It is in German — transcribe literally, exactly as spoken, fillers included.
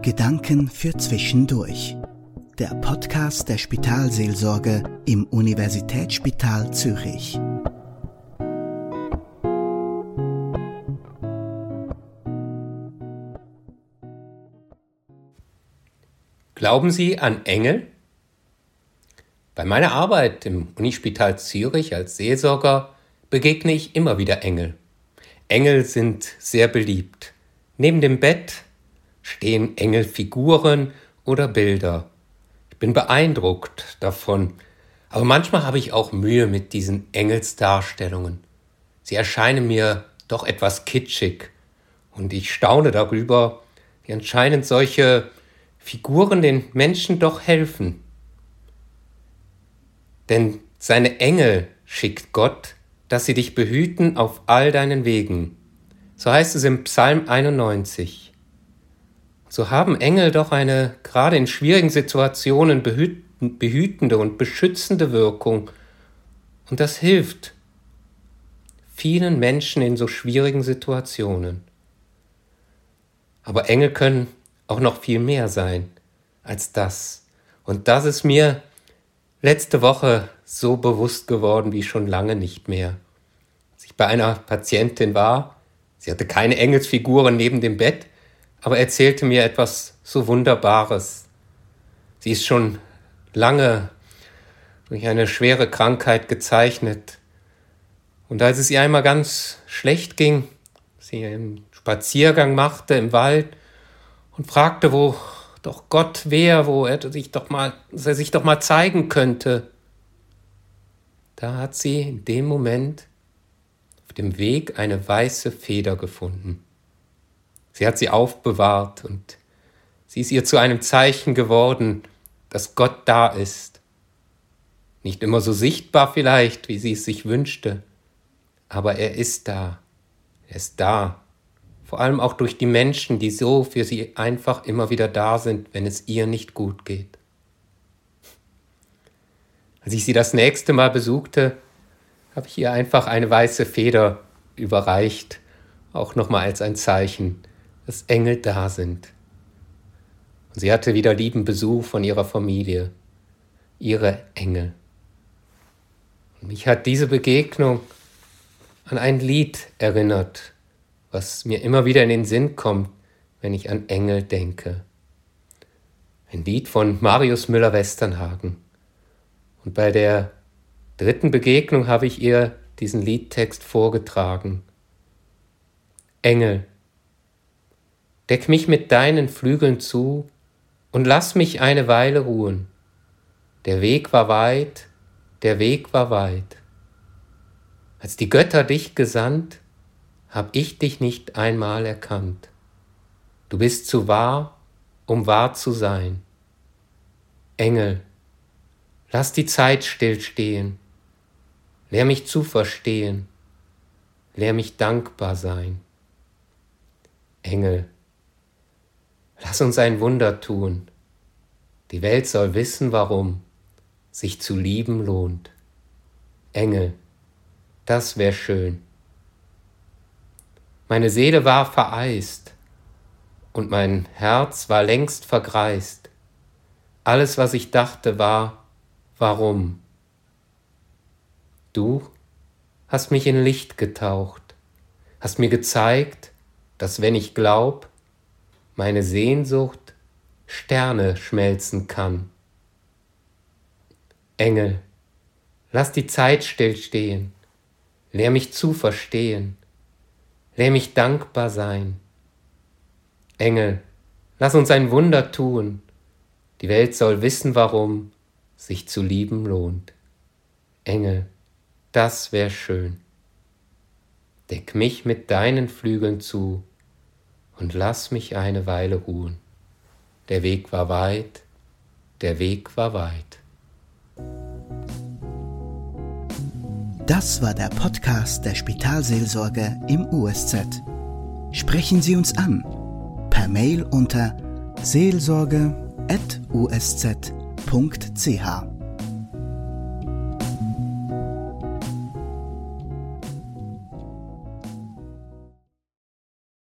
Gedanken für Zwischendurch. Der Podcast der Spitalseelsorge im Universitätsspital Zürich. Glauben Sie an Engel? Bei meiner Arbeit im Unispital Zürich als Seelsorger begegne ich immer wieder Engel. Engel sind sehr beliebt. Neben dem Bett stehen Engelfiguren oder Bilder. Ich bin beeindruckt davon, aber manchmal habe ich auch Mühe mit diesen Engelsdarstellungen. Sie erscheinen mir doch etwas kitschig und ich staune darüber, wie anscheinend solche Figuren den Menschen doch helfen. Denn seine Engel schickt Gott, dass sie dich behüten auf all deinen Wegen. So heißt es im Psalm einundneunzig. So haben Engel doch eine gerade in schwierigen Situationen behütende und beschützende Wirkung. Und das hilft vielen Menschen in so schwierigen Situationen. Aber Engel können auch noch viel mehr sein als das. Und das ist mir letzte Woche so bewusst geworden wie schon lange nicht mehr. Als ich bei einer Patientin war, sie hatte keine Engelsfiguren neben dem Bett, aber erzählte mir etwas so Wunderbares. Sie ist schon lange durch eine schwere Krankheit gezeichnet. Und als es ihr einmal ganz schlecht ging, sie einen Spaziergang machte im Wald und fragte, wo doch Gott wäre, wo er sich doch mal, dass er sich doch mal zeigen könnte. Da hat sie in dem Moment auf dem Weg eine weiße Feder gefunden. Sie hat sie aufbewahrt und sie ist ihr zu einem Zeichen geworden, dass Gott da ist. Nicht immer so sichtbar vielleicht, wie sie es sich wünschte, aber er ist da. Er ist da. Vor allem auch durch die Menschen, die so für sie einfach immer wieder da sind, wenn es ihr nicht gut geht. Als ich sie das nächste Mal besuchte, habe ich ihr einfach eine weiße Feder überreicht, auch nochmal als ein Zeichen, dass Engel da sind. Und sie hatte wieder lieben Besuch von ihrer Familie, ihre Engel. Und mich hat diese Begegnung an ein Lied erinnert, was mir immer wieder in den Sinn kommt, wenn ich an Engel denke. Ein Lied von Marius Müller-Westernhagen. Und bei der dritten Begegnung habe ich ihr diesen Liedtext vorgetragen. Engel, deck mich mit deinen Flügeln zu und lass mich eine Weile ruhen. Der Weg war weit, der Weg war weit. Als die Götter dich gesandt, hab ich dich nicht einmal erkannt. Du bist zu wahr, um wahr zu sein. Engel, lass die Zeit stillstehen. Lehr mich zu verstehen. Lehr mich dankbar sein. Engel, lass uns ein Wunder tun. Die Welt soll wissen, warum sich zu lieben lohnt. Engel, das wär schön. Meine Seele war vereist und mein Herz war längst vergreist. Alles, was ich dachte, war, warum? Du hast mich in Licht getaucht, hast mir gezeigt, dass wenn ich glaub, meine Sehnsucht Sterne schmelzen kann. Engel, lass die Zeit stillstehen, lehr mich zu verstehen, lehr mich dankbar sein. Engel, lass uns ein Wunder tun, die Welt soll wissen, warum sich zu lieben lohnt. Engel, das wär schön. Deck mich mit deinen Flügeln zu und lass mich eine Weile ruhen. Der Weg war weit, der Weg war weit. Das war der Podcast der Spitalseelsorge im U S Z. Sprechen Sie uns an per Mail unter seelsorge at u s z punkt c h.